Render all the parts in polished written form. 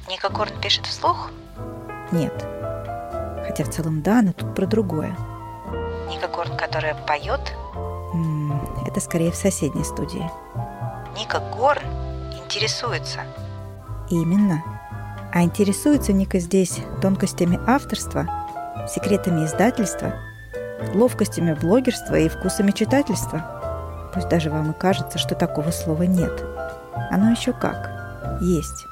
Ника Корн пишет вслух? Нет. Хотя в целом да, но тут про другое. Ника Корн, которая поет? Это скорее в соседней студии. Ника Корн интересуется. Именно. А интересуется Ника здесь тонкостями авторства, секретами издательства, ловкостями блогерства и вкусами читательства. Пусть даже вам и кажется, что такого слова нет. Оно еще как. Есть.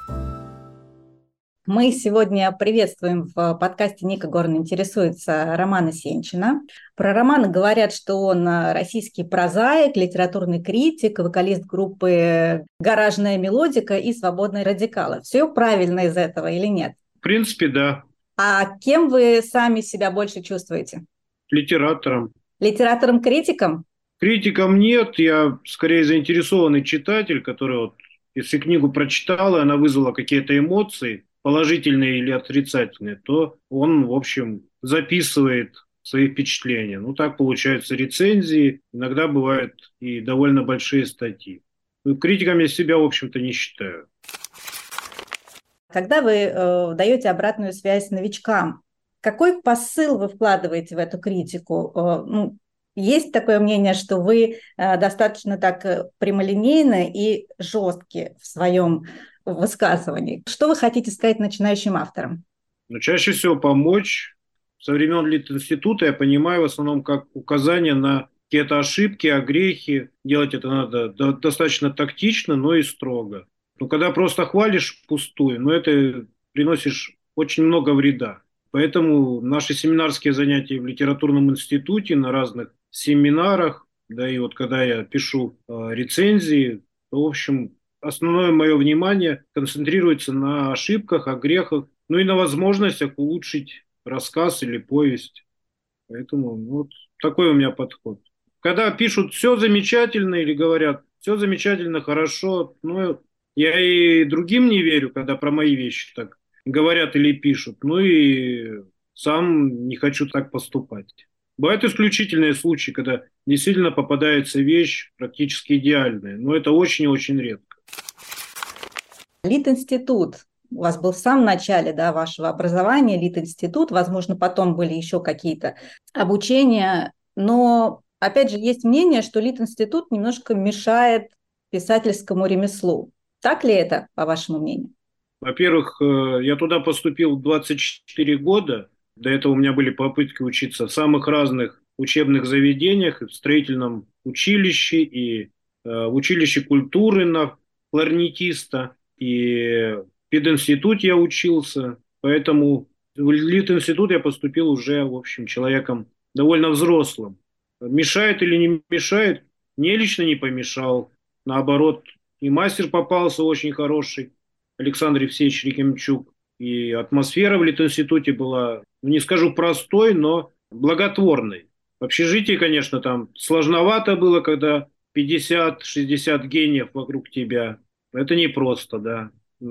Мы сегодня приветствуем в подкасте «Ника Горн интересуется» Романа Сенчина. Про Романа говорят, что он российский прозаик, литературный критик, вокалист группы «Гаражная мелодика» и «Свободные радикалы». Все правильно из этого или нет? В принципе, да. А кем вы сами себя больше чувствуете? Литератором. Литератором-критиком? Критиком нет, я скорее заинтересованный читатель, который вот, если книгу прочитал, и она вызвала какие-то эмоции, положительные или отрицательные, то он, в общем, записывает свои впечатления. Ну, так получаются рецензии, иногда бывают и довольно большие статьи. Ну, критиком я себя, в общем-то, не считаю. Когда вы даете обратную связь новичкам, какой посыл вы вкладываете в эту критику? Есть такое мнение, что вы достаточно так прямолинейны и жесткие в своем высказывании. Что вы хотите сказать начинающим авторам? Но чаще всего помочь. Со времен Литинститута я понимаю в основном как указание на какие-то ошибки, огрехи. Делать это надо достаточно тактично, но и строго. Но когда просто хвалишь впустую, это приносишь очень много вреда. Поэтому наши семинарские занятия в литературном институте, на разных семинарах, да и вот когда я пишу рецензии, то, в общем, основное мое внимание концентрируется на ошибках, огрехах, ну и на возможностях улучшить рассказ или повесть. Поэтому вот такой у меня подход. Когда пишут «все замечательно» или говорят «все замечательно, хорошо», я и другим не верю, когда про мои вещи так говорят или пишут, и сам не хочу так поступать. Бывают исключительные случаи, когда действительно попадается вещь практически идеальная, но это очень и очень редко. Литинститут у вас был в самом начале, да, вашего образования, Литинститут, возможно, потом были еще какие-то обучения, но, опять же, есть мнение, что Литинститут немножко мешает писательскому ремеслу. Так ли это, по вашему мнению? Во-первых, я туда поступил в 24 года. До этого у меня были попытки учиться в самых разных учебных заведениях, и в строительном училище, и в училище культуры на кларнетиста, и в пединституте я учился. Поэтому в Литинститут я поступил уже, в общем, человеком довольно взрослым. Мешает или не мешает? Мне лично не помешал. Наоборот, и мастер попался очень хороший, Александр Евсеевич Рекимчук. И атмосфера в Литинституте была, не скажу простой, но благотворной. В общежитии, конечно, там сложновато было, когда 50-60 гениев вокруг тебя. Это непросто, да.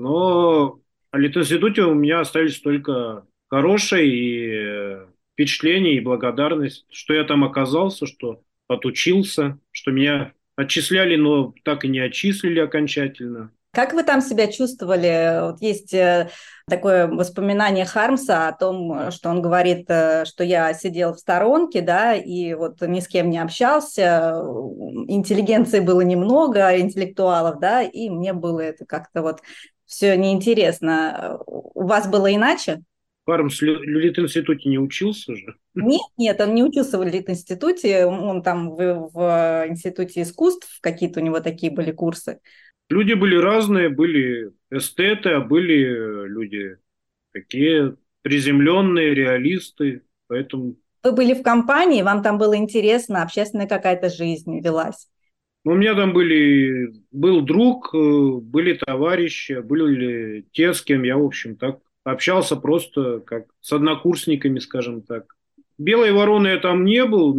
Но о Литинституте у меня остались только хорошие впечатления и благодарность, что я там оказался, что отучился, что меня отчисляли, но так и не отчислили окончательно. Как вы там себя чувствовали? Вот есть такое воспоминание Хармса о том, что он говорит, что я сидел в сторонке, да, и вот ни с кем не общался, интеллигенции было немного, интеллектуалов, да, и мне было это как-то вот все неинтересно. У вас было иначе? Хармс в Литинституте не учился же? Нет, он не учился в Литинституте, он там в Институте искусств, какие-то у него такие были курсы. Люди были разные, были эстеты, а были люди такие приземленные, реалисты, поэтому... Вы были в компании, вам там было интересно, общественная какая-то жизнь велась? У меня там был друг, были товарищи, были те, с кем я, в общем, так общался просто как с однокурсниками, скажем так. Белой вороны я там не был,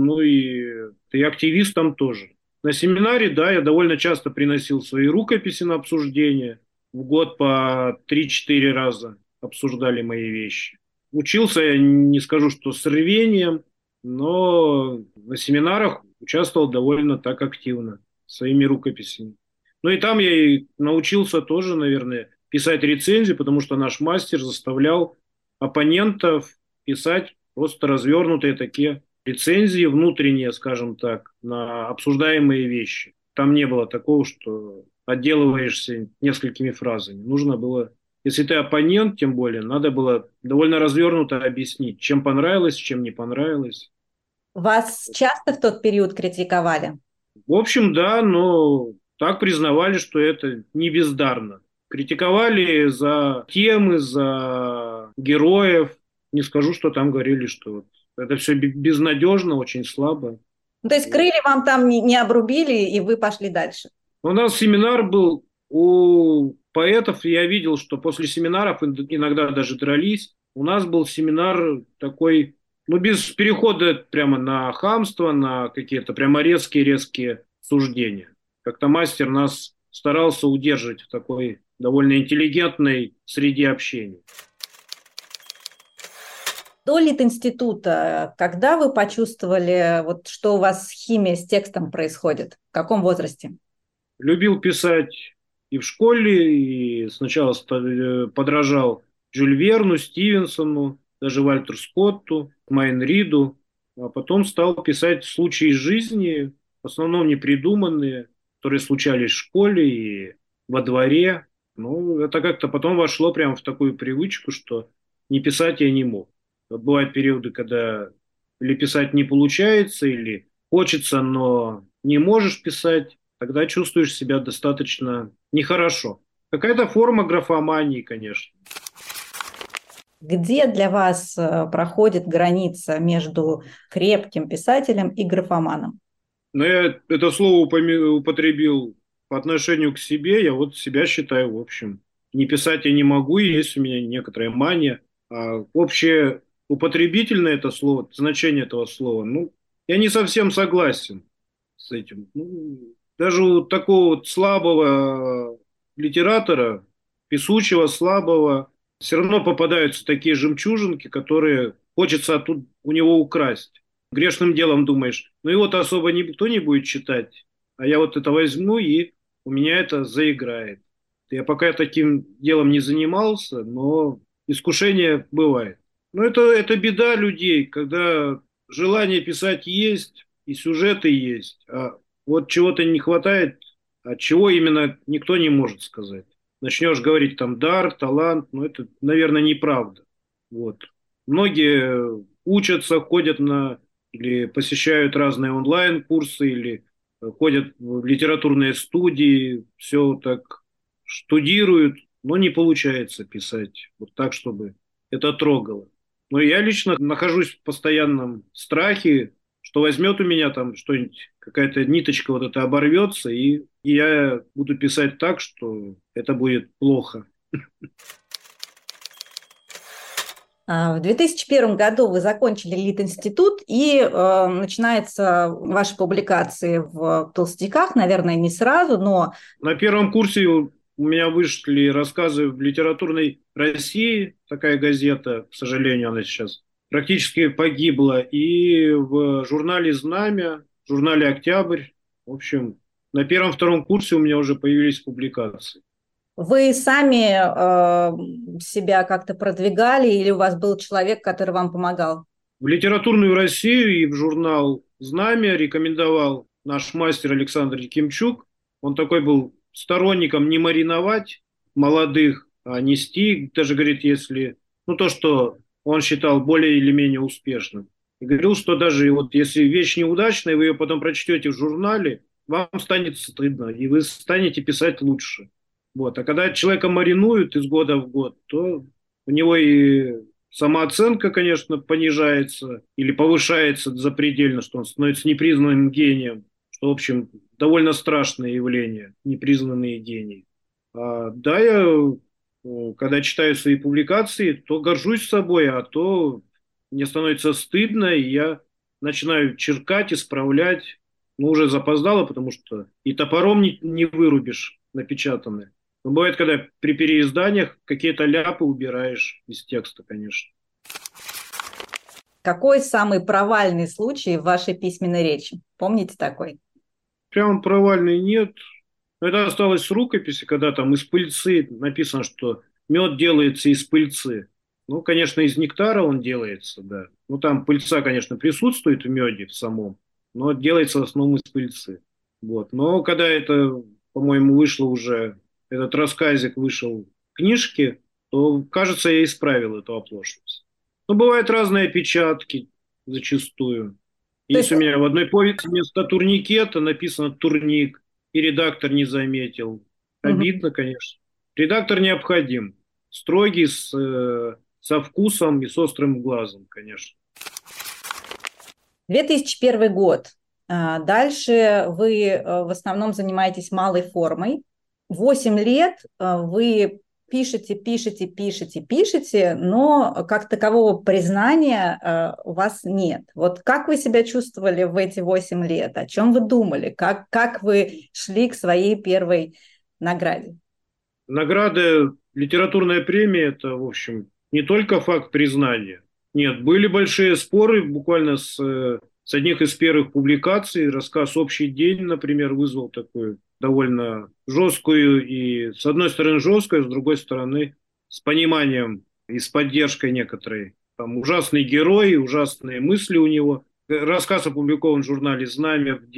и активист там тоже. На семинаре, да, я довольно часто приносил свои рукописи на обсуждение. В год по 3-4 раза обсуждали мои вещи. Учился я, не скажу, что с рвением, но на семинарах участвовал довольно так активно своими рукописями. Ну и там я и научился тоже, наверное, писать рецензии, потому что наш мастер заставлял оппонентов писать просто развернутые такие рецензии внутренние, скажем так, на обсуждаемые вещи. Там не было такого, что отделываешься несколькими фразами. Нужно было, если ты оппонент, тем более, надо было довольно развернуто объяснить, чем понравилось, чем не понравилось. Вас часто в тот период критиковали? В общем, да, но так признавали, что это не бездарно. Критиковали за темы, за героев. Не скажу, что там говорили, что вот это все безнадежно, очень слабо. Ну, то есть крылья вам там не обрубили, и вы пошли дальше? У нас семинар был у поэтов, я видел, что после семинаров иногда даже дрались. У нас был семинар такой, ну, без перехода прямо на хамство, на какие-то прямо резкие суждения. Как-то мастер нас старался удержать в такой довольно интеллигентной среде общения. До Литинститута, когда вы почувствовали, вот, что у вас химия с текстом происходит? В каком возрасте? Любил писать и в школе, и сначала подражал Жюль Верну, Стивенсону, даже Вальтеру Скотту, Майн Риду, а потом стал писать случаи из жизни, в основном непридуманные, которые случались в школе и во дворе. Ну, это как-то потом вошло прямо в такую привычку, что не писать я не мог. Вот бывают периоды, когда или писать не получается, или хочется, но не можешь писать, тогда чувствуешь себя достаточно нехорошо. Какая-то форма графомании, конечно. Где для вас проходит граница между крепким писателем и графоманом? Но я это слово употребил по отношению к себе. Я вот себя считаю, в общем, не писать я не могу, и есть у меня некоторая мания. А общее употребительное это слово, значение этого слова, ну, я не совсем согласен с этим. Ну, даже у такого вот слабого литератора, писучего, слабого, все равно попадаются такие жемчужинки, которые хочется оттуда у него украсть. Грешным делом думаешь, ну его-то особо никто не будет читать, а я вот это возьму, и у меня это заиграет. Я пока таким делом не занимался, но искушение бывает. Но это беда людей, когда желание писать есть, и сюжеты есть, а вот чего-то не хватает, а чего именно никто не может сказать. Начнешь говорить там дар, талант, но это, наверное, неправда. Вот. Многие учатся, ходят на или посещают разные онлайн-курсы, или ходят в литературные студии, все так штудируют, но не получается писать вот так, чтобы это трогало. Но я лично нахожусь в постоянном страхе, что возьмет у меня там что-нибудь, какая-то ниточка вот эта оборвется, и я буду писать так, что это будет плохо. В 2001 году вы закончили Литинститут, и начинаются ваши публикации в толстяках, наверное, не сразу, но... На первом курсе у меня вышли рассказы в «Литературной России», такая газета, к сожалению, она сейчас практически погибла, и в журнале «Знамя», в журнале «Октябрь». В общем, на первом-втором курсе у меня уже появились публикации. Вы сами себя как-то продвигали, или у вас был человек, который вам помогал? В «Литературную Россию» и в журнал «Знамя» рекомендовал наш мастер Александр Якимчук. Он такой был сторонником не мариновать молодых, а нести, даже говорит, если, ну, то, что он считал более или менее успешным. И говорил, что даже вот если вещь неудачная, вы ее потом прочтете в журнале, вам станет стыдно, и вы станете писать лучше. Вот. А когда человека маринуют из года в год, то у него и самооценка, конечно, понижается или повышается запредельно, что он становится непризнанным гением, что, в общем, довольно страшное явление, непризнанные гении. Да, я, когда читаю свои публикации, то горжусь собой, а то мне становится стыдно, и я начинаю черкать, исправлять. Ну, уже запоздало, потому что и топором не вырубишь напечатанное. Но бывает, когда при переизданиях какие-то ляпы убираешь из текста, конечно. Какой самый провальный случай в вашей письменной речи? Помните такой? Прям провальный нет. Но это осталось с рукописи, когда там из пыльцы написано, что мед делается из пыльцы. Ну, конечно, из нектара он делается, да. Ну, там пыльца, конечно, присутствует в меде в самом, но делается в основном из пыльцы. Вот. Но когда это, по-моему, вышло уже, этот рассказик вышел в книжке, то, кажется, я исправил эту оплошность. Но бывают разные опечатки зачастую. То есть, Есть у меня в одной повести вместо турникета написано турник, и редактор не заметил. мгм. Обидно, конечно. Редактор необходим. Строгий, со вкусом и с острым глазом, конечно. 2001 год. Дальше вы в основном занимаетесь малой формой. 8 лет вы пишете, пишете, пишете, пишете, но как такового признания у вас нет. Вот как вы себя чувствовали в эти 8 лет? О чем вы думали? Как вы шли к своей первой награде? Награда, литературная премия – это, в общем, не только факт признания. Нет, были большие споры буквально с одних из первых публикаций. Рассказ «Общий день», например, вызвал такую довольно жесткую и, с одной стороны, жесткую, с другой стороны, с пониманием и с поддержкой некоторой. Там ужасный герой, ужасные мысли у него. Рассказ опубликован в журнале «Знамя» в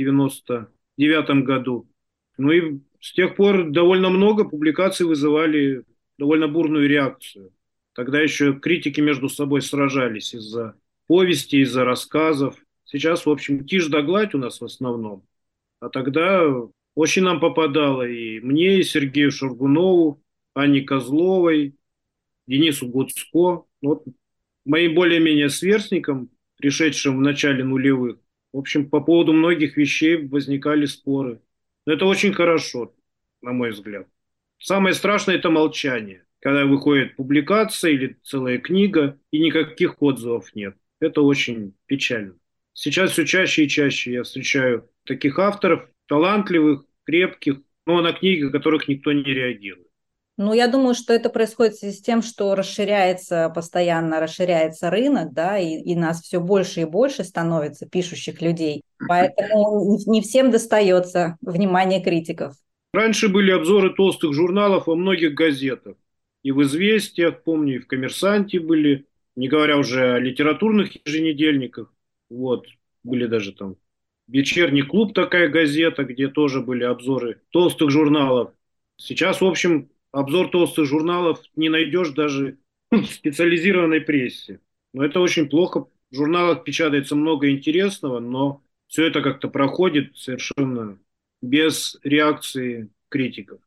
99 году. Ну и с тех пор довольно много публикаций вызывали довольно бурную реакцию. Тогда еще критики между собой сражались из-за повести, из-за рассказов. Сейчас, в общем, тишь да гладь у нас в основном. А тогда очень нам попадало и мне, и Сергею Шаргунову, Анне Козловой, Денису Гуцко. Вот моим более-менее сверстникам, пришедшим в начале нулевых, в общем, по поводу многих вещей возникали споры. Но это очень хорошо, на мой взгляд. Самое страшное – это молчание. Когда выходит публикация или целая книга, и никаких отзывов нет. Это очень печально. Сейчас все чаще и чаще я встречаю таких авторов, талантливых, крепких, но на книги, которых никто не реагирует. Ну, я думаю, что это происходит в связи с тем, что расширяется, постоянно расширяется рынок, да, и нас все больше и больше становится пишущих людей. Поэтому не всем достается внимание критиков. Раньше были обзоры толстых журналов во многих газетах. И в «Известиях», помню, и в «Коммерсанте» были, не говоря уже о литературных еженедельниках. Вот, были даже там «Вечерний клуб», такая газета, где тоже были обзоры толстых журналов. Сейчас, в общем, обзор толстых журналов не найдешь даже в специализированной прессе. Но это очень плохо. В журналах печатается много интересного, но все это как-то проходит совершенно без реакции критиков.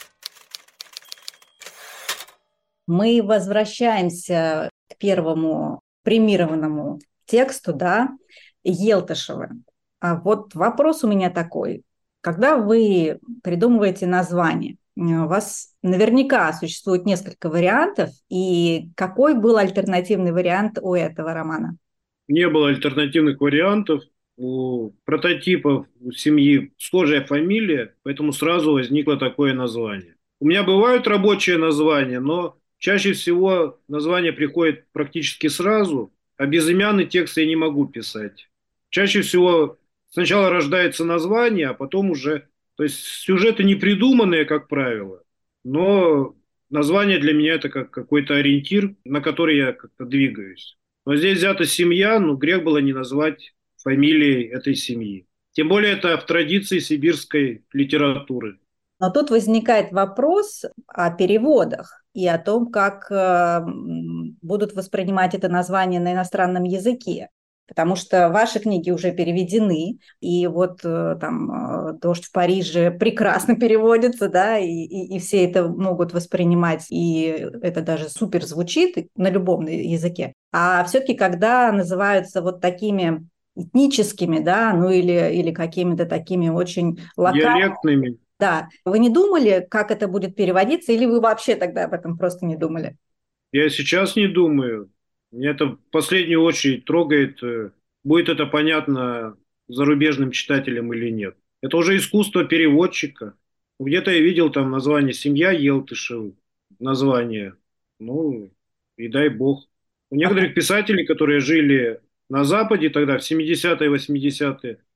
Мы возвращаемся к первому премированному тексту, да, Елтышева. А вот вопрос у меня такой. Когда вы придумываете название, у вас наверняка существует несколько вариантов, и какой был альтернативный вариант у этого романа? Не было альтернативных вариантов. У прототипов у семьи схожая фамилия, поэтому сразу возникло такое название. У меня бывают рабочие названия, но чаще всего название приходит практически сразу, а безымянный текст я не могу писать. Чаще всего сначала рождается название, а потом уже... То есть сюжеты не придуманные, как правило, но название для меня это как какой-то ориентир, на который я как-то двигаюсь. Но здесь взята семья, ну грех было не назвать фамилией этой семьи. Тем более это в традиции сибирской литературы. Но тут возникает вопрос о переводах и о том, как будут воспринимать это название на иностранном языке. Потому что ваши книги уже переведены, и вот там «Дождь в Париже» прекрасно переводится, да, и все это могут воспринимать, и это даже супер звучит на любом языке. А все-таки, когда называются вот такими этническими, да, ну или какими-то такими очень локальными, Диалектными. да, вы не думали, как это будет переводиться, или вы вообще тогда об этом просто не думали? Я сейчас не думаю. Меня это в последнюю очередь трогает, будет это понятно зарубежным читателям или нет. Это уже искусство переводчика. Где-то я видел там название «Семья Елтышевых», название. Ну, и дай бог. У некоторых писателей, которые жили на Западе тогда, в 70-е, 80-е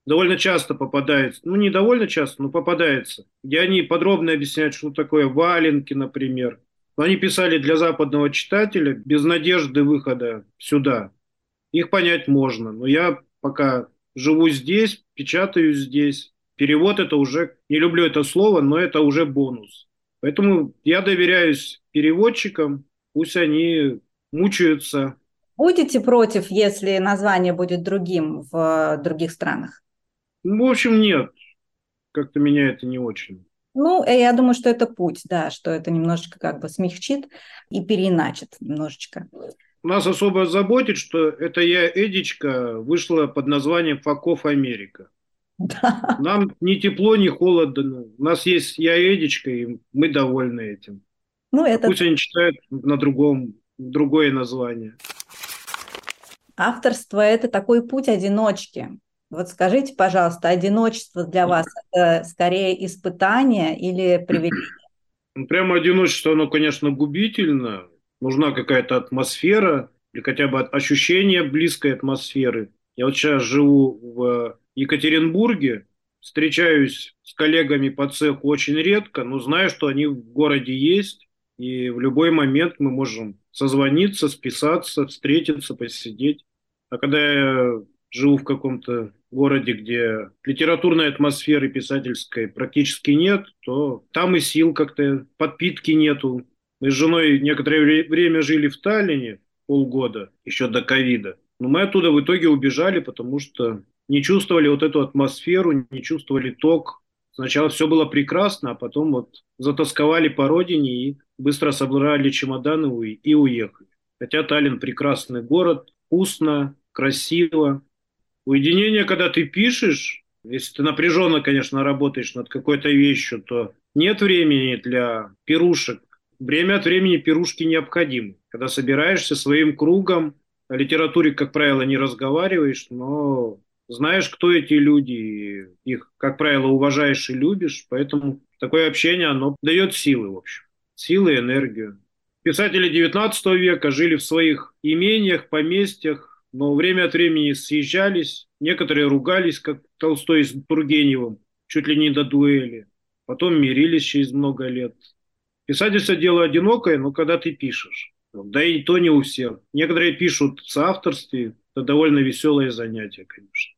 довольно часто попадается, ну не довольно часто, но попадается, где они подробно объясняют, что такое валенки, например. Но они писали для западного читателя без надежды выхода сюда. Их понять можно, но я пока живу здесь, печатаю здесь. Перевод это уже, не люблю это слово, но это уже бонус. Поэтому я доверяюсь переводчикам, пусть они мучаются. Будете против, если название будет другим в других странах? Ну, в общем, нет, как-то меня это не очень. Ну, я думаю, что это путь, да, что это немножечко как бы смягчит и переиначит немножечко. Нас особо заботит, что это я, Эдичка, вышла под названием «Факов Америка». Да. Нам ни тепло, ни холодно. У нас есть я, Эдичка, и мы довольны этим. Ну, А это пусть они читают на другое название. авторство – это такой путь одиночки. Вот скажите, пожалуйста, одиночество для вас – это скорее испытание или привилегия? Ну, прямо одиночество, оно, конечно, губительно. Нужна какая-то атмосфера или хотя бы ощущение близкой атмосферы. Я вот сейчас живу в Екатеринбурге, встречаюсь с коллегами по цеху очень редко, но знаю, что они в городе есть, и в любой момент мы можем созвониться, списаться, встретиться, посидеть. А когда я живу в каком-то городе, где литературной атмосферы писательской практически нет, то там и сил как-то, подпитки нету. Мы с женой некоторое время жили в Таллине, полгода, еще до ковида. Но мы оттуда в итоге убежали, потому что не чувствовали вот эту атмосферу, не чувствовали ток. Сначала все было прекрасно, а потом вот затасковали по родине и быстро собрали чемоданы и уехали. Хотя Таллин прекрасный город, вкусно, красиво. Уединение, когда ты пишешь, если ты напряженно, конечно, работаешь над какой-то вещью, то нет времени для пирушек. Время от времени пирушки необходимы. Когда собираешься своим кругом, о литературе, как правило, не разговариваешь, но знаешь, кто эти люди, и их, как правило, уважаешь и любишь, поэтому такое общение, оно дает силы, в общем, силы и энергию. Писатели XIX века жили в своих имениях, поместьях, но время от времени съезжались, некоторые ругались, как Толстой с Тургеневым, чуть ли не до дуэли, потом мирились через много лет. Писательство дело одинокое, но когда ты пишешь, да и то не у всех. Некоторые пишут в соавторстве, это довольно веселое занятие, конечно.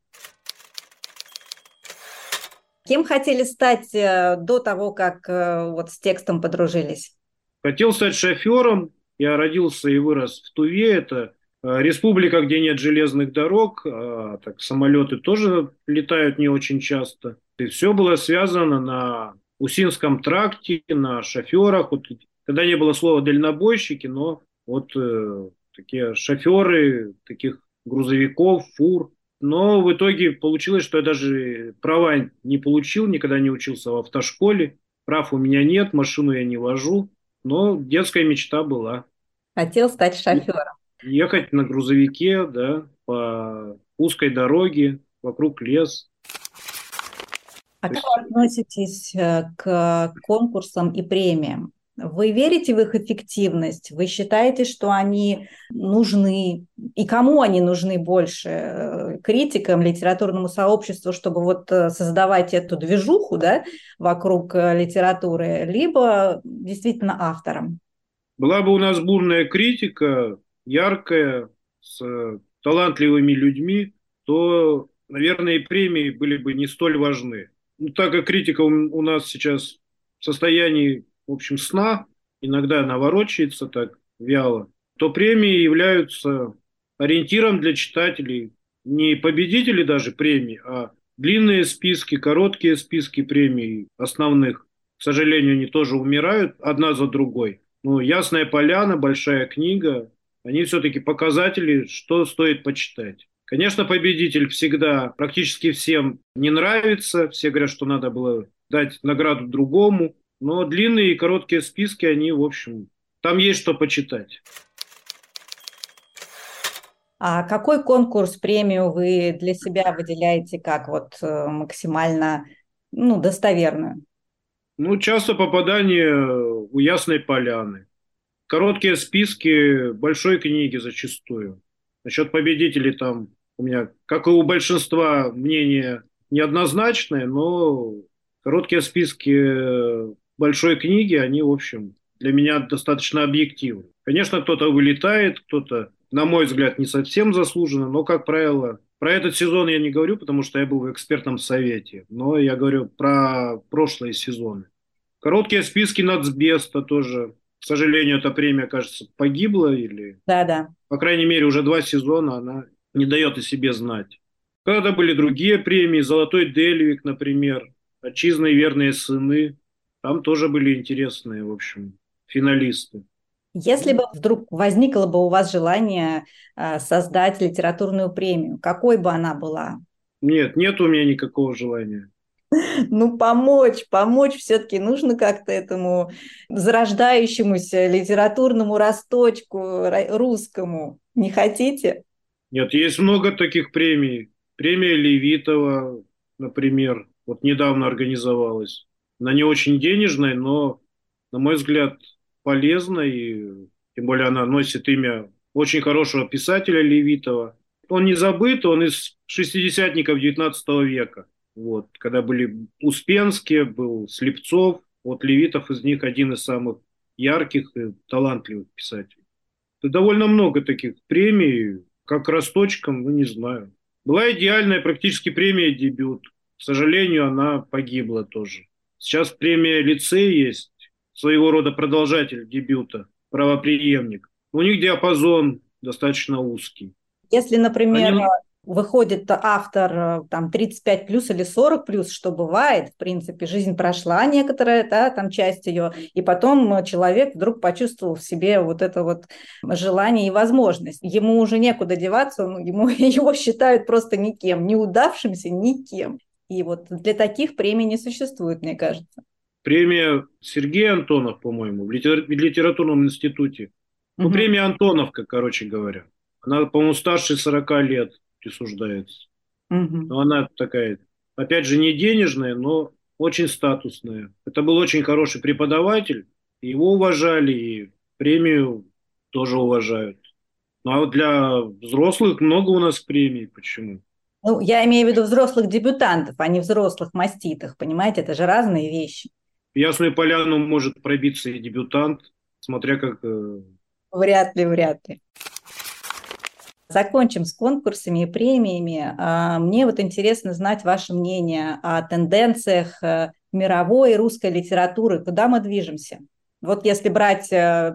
Кем хотели стать до того, как вот с текстом подружились? Хотел стать шофером, я родился и вырос в Туве, это республика, где нет железных дорог, так самолеты тоже летают не очень часто. И все было связано на Усинском тракте, на шоферах. Вот, тогда не было слова дальнобойщики, но вот такие шоферы таких грузовиков, фур. Но в итоге получилось, что я даже права не получил, никогда не учился в автошколе. Прав у меня нет, машину я не вожу, но детская мечта была. Хотел стать шофером. Ехать на грузовике, да, по узкой дороге, вокруг лес. А То как есть вы относитесь к конкурсам и премиям? Вы верите в их эффективность? Вы считаете, что они нужны? И кому они нужны больше? Критикам, литературному сообществу, чтобы вот создавать эту движуху, да, вокруг литературы, либо действительно авторам? была бы у нас бурная критика, яркая, с талантливыми людьми, то, наверное, и премии были бы не столь важны. Ну, так как критика у нас сейчас в состоянии, в общем, сна, иногда она ворочается так вяло, то премии являются ориентиром для читателей. Не победители даже премий, а длинные списки, короткие списки премий основных. К сожалению, они тоже умирают одна за другой. Ну, «Ясная поляна», большая книга, они все-таки показатели, что стоит почитать. Конечно, победитель всегда практически всем не нравится, все говорят, что надо было дать награду другому, но длинные и короткие списки, они, в общем, там есть что почитать. А какой конкурс, премию вы для себя выделяете как вот максимально, ну, достоверную? Ну, часто попадание у «Ясной поляны». Короткие списки большой книги зачастую. Насчет победителей там у меня, как и у большинства, мнение неоднозначное, но короткие списки большой книги, они, в общем, для меня достаточно объективны. Конечно, кто-то вылетает, кто-то, на мой взгляд, не совсем заслуженно, но, как правило, про этот сезон я не говорю, потому что я был в экспертном совете, но я говорю про прошлые сезоны. Короткие списки Нацбеста тоже. К сожалению, эта премия, кажется, погибла или, Да-да. по крайней мере, уже 2 сезона она не дает о себе знать. Когда были другие премии, «Золотой Дельвик», например, «Отчизна и верные сыны», там тоже были интересные, в общем, финалисты. Если бы вдруг возникло бы у вас желание создать литературную премию, какой бы она была? Нет у меня никакого желания. Ну, помочь все-таки нужно как-то этому зарождающемуся литературному росточку русскому. Не хотите? Нет, есть много таких премий. Премия Левитова, например, вот недавно организовалась. Она не очень денежная, но, на мой взгляд, полезна, и тем более она носит имя очень хорошего писателя Левитова. Он не забыт, он из шестидесятников XIX века. Вот, когда были Успенские, был Слепцов, вот Левитов из них один из самых ярких и талантливых писателей. Это довольно много таких премий, как росточком, ну не знаю. Была идеальная практически премия «Дебют». К сожалению, она погибла тоже. Сейчас премия «Лицей» есть, своего рода продолжатель «Дебюта», правопреемник. У них диапазон достаточно узкий. Если, Они, например, выходит автор там 35 плюс или 40 плюс, что бывает, в принципе, жизнь прошла некоторая, да, там часть ее, и потом человек вдруг почувствовал в себе вот это вот желание и возможность. Ему уже некуда деваться, его считают просто никем, неудавшимся никем. И вот для таких премий не существует, мне кажется. премия Сергей Антонов, по-моему, в литературном институте. Ну, Мгм. премия Антоновка, короче говоря. Она, по-моему, старше 40 лет присуждается. Мгм. Но она такая, опять же, не денежная, но очень статусная. Это был очень хороший преподаватель, его уважали, и премию тоже уважают. Ну а вот для взрослых много у нас премий. Почему? Ну, я имею в виду взрослых дебютантов, а не взрослых маститых, понимаете, это же разные вещи. В Ясную Поляну может пробиться и дебютант, смотря как... Вряд ли, вряд ли. Закончим с конкурсами и премиями. Мне вот интересно знать ваше мнение о тенденциях мировой и русской литературы. Куда мы движемся? Вот если брать,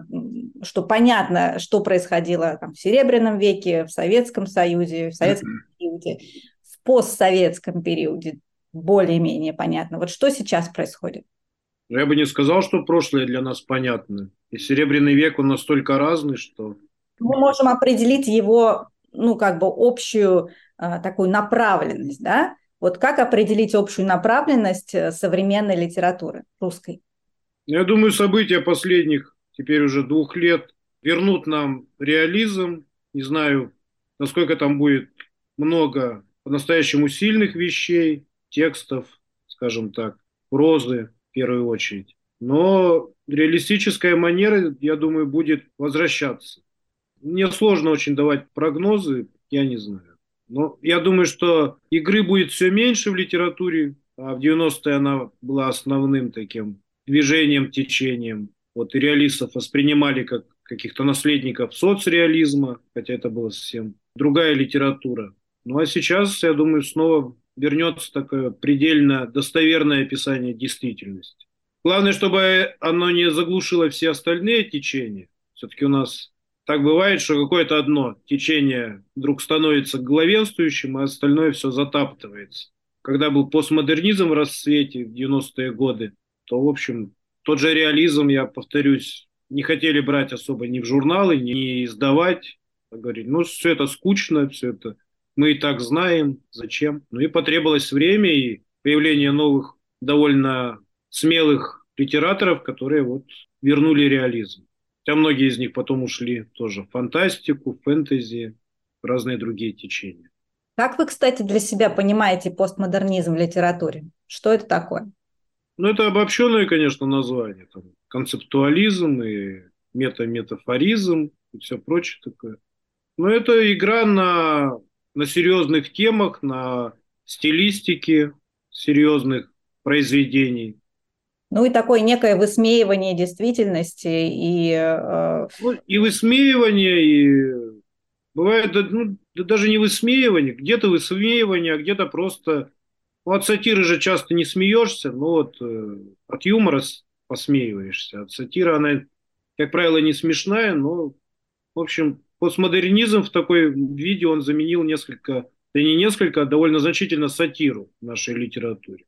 что понятно, что происходило там, в Серебряном веке, в Советском Союзе, в советском периоде, в постсоветском периоде, более-менее понятно. Вот что сейчас происходит? Я бы не сказал, что прошлое для нас понятно. И Серебряный век, он настолько разный, что... Мы можем определить его, ну, как бы общую такую направленность, да? Вот как определить общую направленность современной литературы русской? Я думаю, события последних теперь уже 2 лет вернут нам реализм. Не знаю, насколько там будет много по-настоящему сильных вещей, текстов, скажем так, прозы в первую очередь. Но реалистическая манера, я думаю, будет возвращаться. Мне сложно очень давать прогнозы, я не знаю. Но я думаю, что игры будет все меньше в литературе, а в 90-е она была основным таким движением, течением. Вот и реалистов воспринимали как каких-то наследников соцреализма, хотя это была совсем другая литература. Ну а сейчас, я думаю, снова вернется такое предельно достоверное описание действительности. Главное, чтобы оно не заглушило все остальные течения. Все-таки у нас так бывает, что какое-то одно течение вдруг становится главенствующим, а остальное все затаптывается. Когда был постмодернизм в расцвете в 90-е годы, то, в общем, тот же реализм, я повторюсь, не хотели брать особо ни в журналы, ни издавать. Говорить, ну, все это скучно, все это мы и так знаем, зачем. Ну и потребовалось время и появление новых, довольно смелых литераторов, которые вот вернули реализм. Хотя многие из них потом ушли тоже в фантастику, фэнтези, в разные другие течения. Как вы, кстати, для себя понимаете постмодернизм в литературе? Что это такое? Ну, это обобщенное, конечно, название. Там, концептуализм и метафоризм и все прочее такое. Но это игра на серьезных темах, на стилистики серьезных произведений. Ну и такое некое высмеивание действительности и Ну, и высмеивание, и бывает да даже не высмеивание, где-то высмеивание, а где-то просто... Ну, от сатиры же часто не смеешься, но вот от юмора посмеиваешься. От сатиры она, как правило, не смешная, но, в общем, постмодернизм в такой виде он заменил несколько, да не несколько, а довольно значительно сатиру в нашей литературе.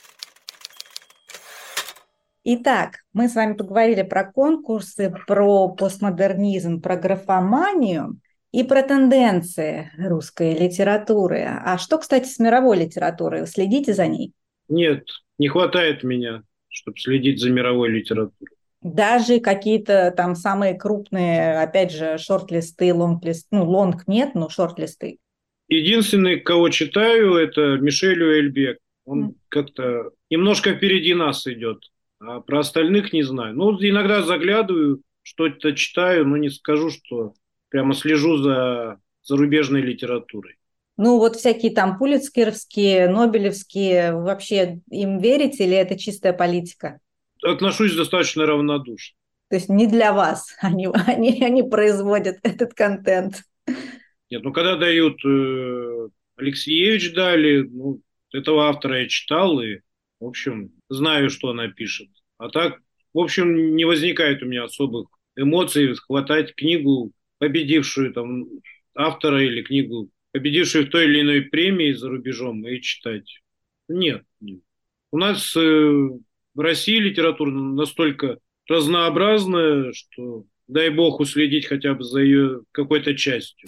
Итак, мы с вами поговорили про конкурсы, про постмодернизм, про графоманию и про тенденции русской литературы. А что, кстати, с мировой литературой? Вы следите за ней? Нет, не хватает меня, чтобы следить за мировой литературой. Даже какие-то там самые крупные, опять же, шорт-листы, лонг-листы, ну, лонг нет, но шорт-листы. Единственный, кого читаю, это Мишель Уэльбек. Он как-то немножко впереди нас идет, а про остальных не знаю. Ну, иногда заглядываю, что-то читаю, но не скажу, что прямо слежу за зарубежной литературой. Ну, вот всякие там пулитцеровские, нобелевские, вы вообще им верите или это чистая политика? Отношусь достаточно равнодушно. То есть не для вас они производят этот контент. Нет, ну когда дают, Алексеевич дали, ну, этого автора я читал и, в общем, знаю, что она пишет. А так, в общем, не возникает у меня особых эмоций хватать книгу, победившую там автора или книгу, победившую в той или иной премии за рубежом, и читать. Нет. Нет. У нас в России литература настолько разнообразная, что дай бог уследить хотя бы за ее какой-то частью.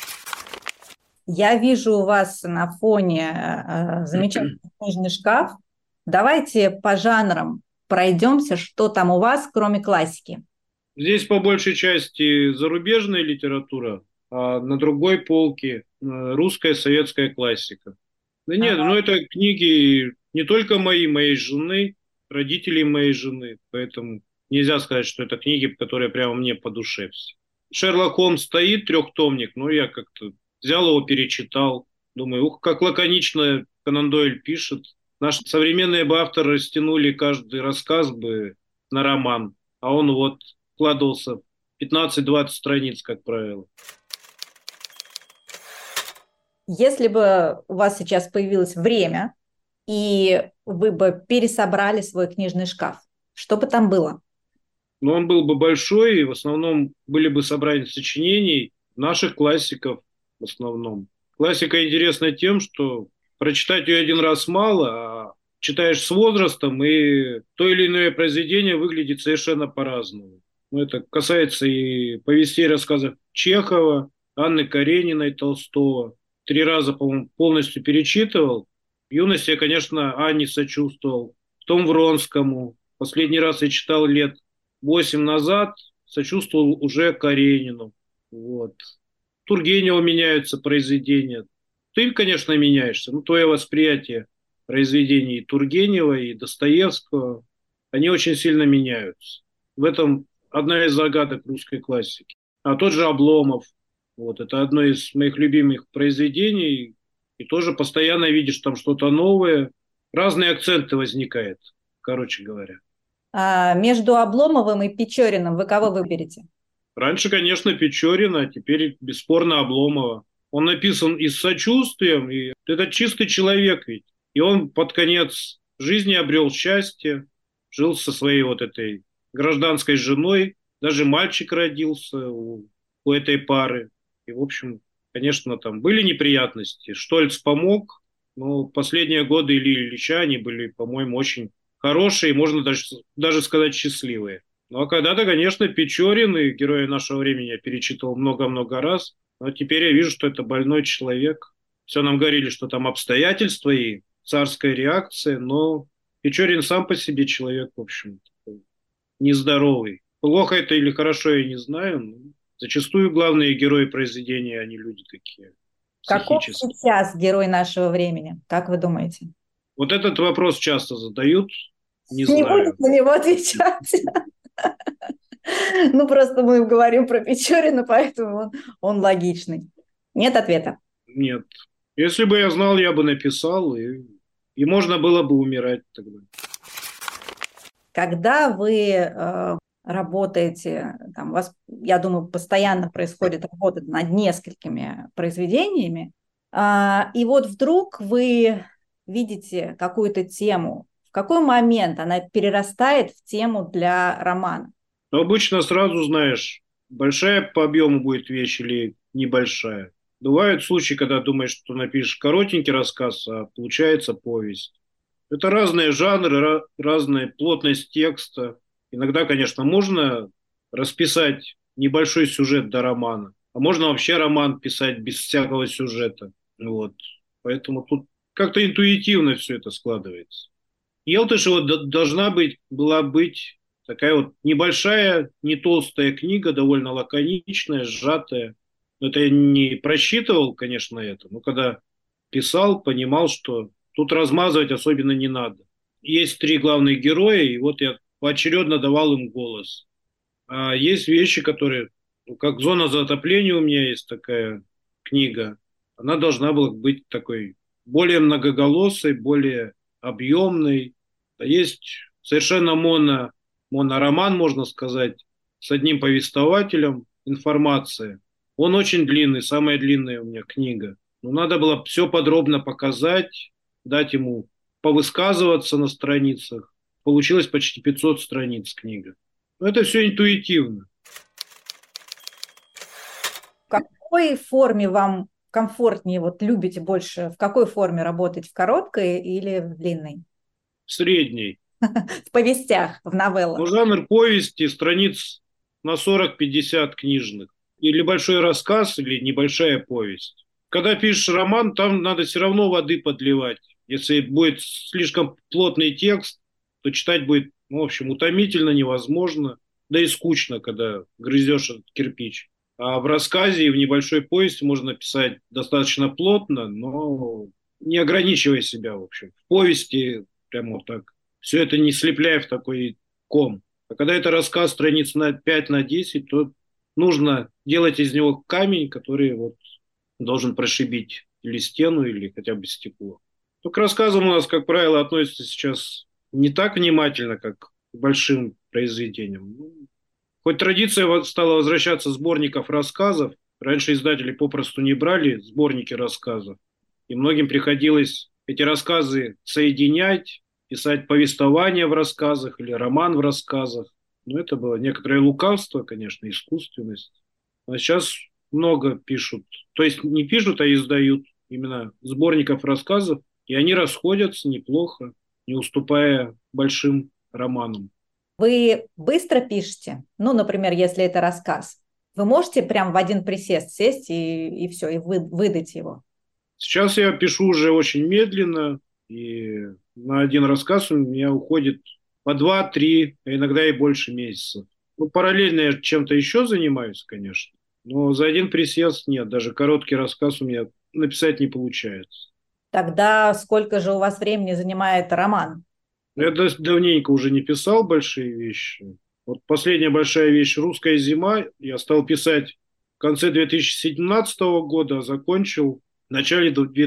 Я вижу у вас на фоне замечательный книжный шкаф. Давайте по жанрам пройдемся, что там у вас, кроме классики. Здесь по большей части зарубежная литература, а на другой полке русская советская классика. Да нет, ну это книги не только моей жены, родителей моей жены, поэтому нельзя сказать, что это книги, которые прямо мне по душе все. Шерлок Холмс стоит, трехтомник, но я как-то взял его, перечитал, думаю, ух, как лаконично Конан Дойль пишет. Наши современные бы авторы растянули каждый рассказ бы на роман, а он вот вкладывался в 15-20 страниц, как правило. Если бы у вас сейчас появилось время, и вы бы пересобрали свой книжный шкаф, что бы там было? Но он был бы большой, и в основном были бы собрания сочинений наших классиков в основном. Классика интересна тем, что прочитать ее один раз мало, а читаешь с возрастом, и то или иное произведение выглядит совершенно по-разному. Ну, это касается и повестей, рассказов Чехова, Анны Карениной, Толстого. 3 раза, по-моему, полностью перечитывал. В юности я, конечно, Анне сочувствовал, потом Вронскому. Последний раз я читал лет 8 назад, сочувствовал уже Каренину. Вот. Тургенева меняются произведения. Ты, конечно, меняешься, но твое восприятие произведений Тургенева и Достоевского, они очень сильно меняются. В этом одна из загадок русской классики. А тот же Обломов, вот, это одно из моих любимых произведений, и тоже постоянно видишь там что-то новое, разные акценты возникают, короче говоря. А между Обломовым и Печориным вы кого выберете? Раньше, конечно, Печорина, а теперь бесспорно Обломова. Он написан и с сочувствием, и это чистый человек ведь. И он под конец жизни обрел счастье, жил со своей вот этой гражданской женой, даже мальчик родился у этой пары. И, в общем, конечно, там были неприятности. Штольц помог, но последние годы Ильи Ильича, они были, по-моему, очень хорошие, можно даже сказать счастливые. Ну, а когда-то, конечно, Печорин и «Герои нашего времени» я перечитывал много-много раз, но теперь я вижу, что это больной человек. Все нам говорили, что там обстоятельства и царская реакция, но Печорин сам по себе человек, в общем, нездоровый. Плохо это или хорошо, я не знаю, но зачастую главные герои произведения, они люди такие Каков психические. сейчас герой нашего времени? Как вы думаете? Вот этот вопрос часто задают, не Не знаю. будет на него отвечать. Ну, просто мы говорим про Печорина, поэтому он логичный. Нет ответа? Нет. Если бы я знал, я бы написал, и можно было бы умирать тогда. Когда вы работаете, там, у вас, я думаю, постоянно происходит работа над несколькими произведениями, и вот вдруг вы видите какую-то тему, в какой момент она перерастает в тему для романа? Но обычно сразу знаешь, большая по объему будет вещь или небольшая. Бывают случаи, когда думаешь, что напишешь коротенький рассказ, а получается повесть. Это разные жанры, разная плотность текста. Иногда, конечно, можно расписать небольшой сюжет до романа, а можно вообще роман писать без всякого сюжета. Вот. Поэтому тут как-то интуитивно все это складывается. Елтышева была быть такая вот небольшая, не толстая книга, довольно лаконичная, сжатая. Это я не просчитывал, конечно, это, но когда писал, понимал, что тут размазывать особенно не надо. Есть три главных героя, и вот я поочередно давал им голос. А есть вещи, которые, ну, как «Зона затопления» у меня есть такая книга, она должна была быть такой более многоголосой, более объемной. А есть совершенно монороман, можно сказать, с одним повествователем, информация. Он очень длинный, самая длинная у меня книга. Но надо было все подробно показать, дать ему повысказываться на страницах. Получилось почти 500 страниц книга. Но это все интуитивно. В какой форме вам комфортнее, вот любите больше, в какой форме работать, в короткой или в длинной? Средний. В повестях, в Но новеллах. жанр повести, страниц на 40-50 книжных. Или большой рассказ, или небольшая повесть. Когда пишешь роман, там надо все равно воды подливать. Если будет слишком плотный текст, то читать будет, ну, в общем, утомительно, невозможно. Да и скучно, когда грызешь этот кирпич. А в рассказе и в небольшой повести можно писать достаточно плотно, но не ограничивая себя, в общем. В повести прямо вот так. Все это не слепляя в такой ком. А когда это рассказ страниц на 5 на 10, то нужно делать из него камень, который вот должен прошибить или стену, или хотя бы стекло. Но к рассказам у нас, как правило, относятся сейчас не так внимательно, как к большим произведениям. Ну, хоть традиция стала возвращаться сборников рассказов, раньше издатели попросту не брали сборники рассказов, и многим приходилось эти рассказы соединять, писать повествование в рассказах или роман в рассказах. Но это было некоторое лукавство, конечно, искусственность. А сейчас много пишут, то есть не пишут, а издают именно сборников рассказов, и они расходятся неплохо, не уступая большим романам. Вы быстро пишете? Ну, например, если это рассказ. Вы можете прям в один присест сесть и все, и выдать его? Сейчас я пишу уже очень медленно, и на один рассказ у меня уходит по 2-3, а иногда и больше месяцев. Ну, параллельно я чем-то еще занимаюсь, конечно, но за один присест нет, даже короткий рассказ у меня написать не получается. Тогда сколько же у вас времени занимает роман? Я давненько уже не писал большие вещи. Вот последняя большая вещь «Русская зима» я стал писать в конце 2017 года, а закончил в начале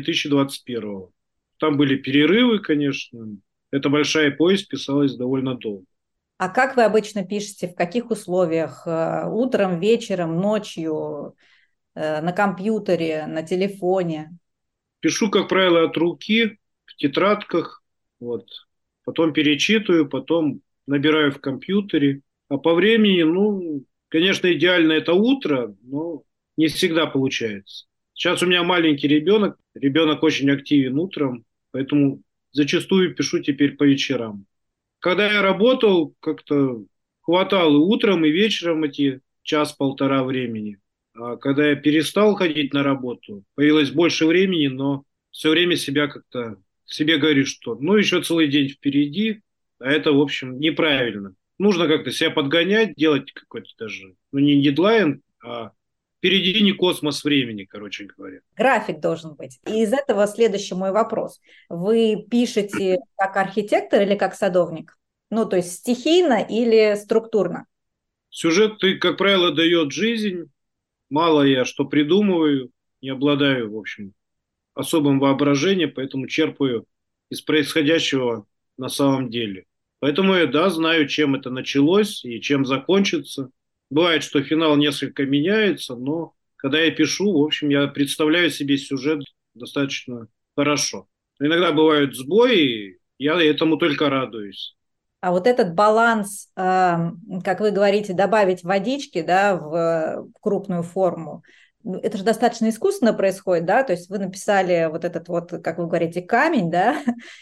2021. Там были перерывы, конечно. Эта большая повесть писалась довольно долго. А как вы обычно пишете? В каких условиях? Утром, вечером, ночью, на компьютере, на телефоне? Пишу, как правило, от руки, в тетрадках. Вот. Потом перечитываю, потом набираю в компьютере. А по времени, ну, конечно, идеально это утро, но не всегда получается. Сейчас у меня маленький ребенок, ребенок очень активен утром, поэтому зачастую пишу теперь по вечерам. Когда я работал, как-то хватало и утром, и вечером эти час-полтора времени. А когда я перестал ходить на работу, появилось больше времени, но все время себя как-то себе говорю, что ну еще целый день впереди, а это, в общем, неправильно. Нужно как-то себя подгонять, делать какой-то даже, ну не дедлайн, а впереди не космос времени, короче говоря. График должен быть. И из этого следующий мой вопрос. Вы пишете как архитектор или как садовник? Ну, то есть стихийно или структурно? Сюжет, как правило, дает жизнь. Мало я что придумываю, не обладаю, в общем, особым воображением, поэтому черпаю из происходящего на самом деле. Поэтому я, да, знаю, чем это началось и чем закончится. Бывает, что финал несколько меняется, но когда я пишу, в общем, я представляю себе сюжет достаточно хорошо. Иногда бывают сбои, и я этому только радуюсь. А вот этот баланс, как вы говорите, добавить водички, да, в крупную форму, ну, это же достаточно искусственно происходит, да, то есть вы написали вот этот вот, как вы говорите, камень, да,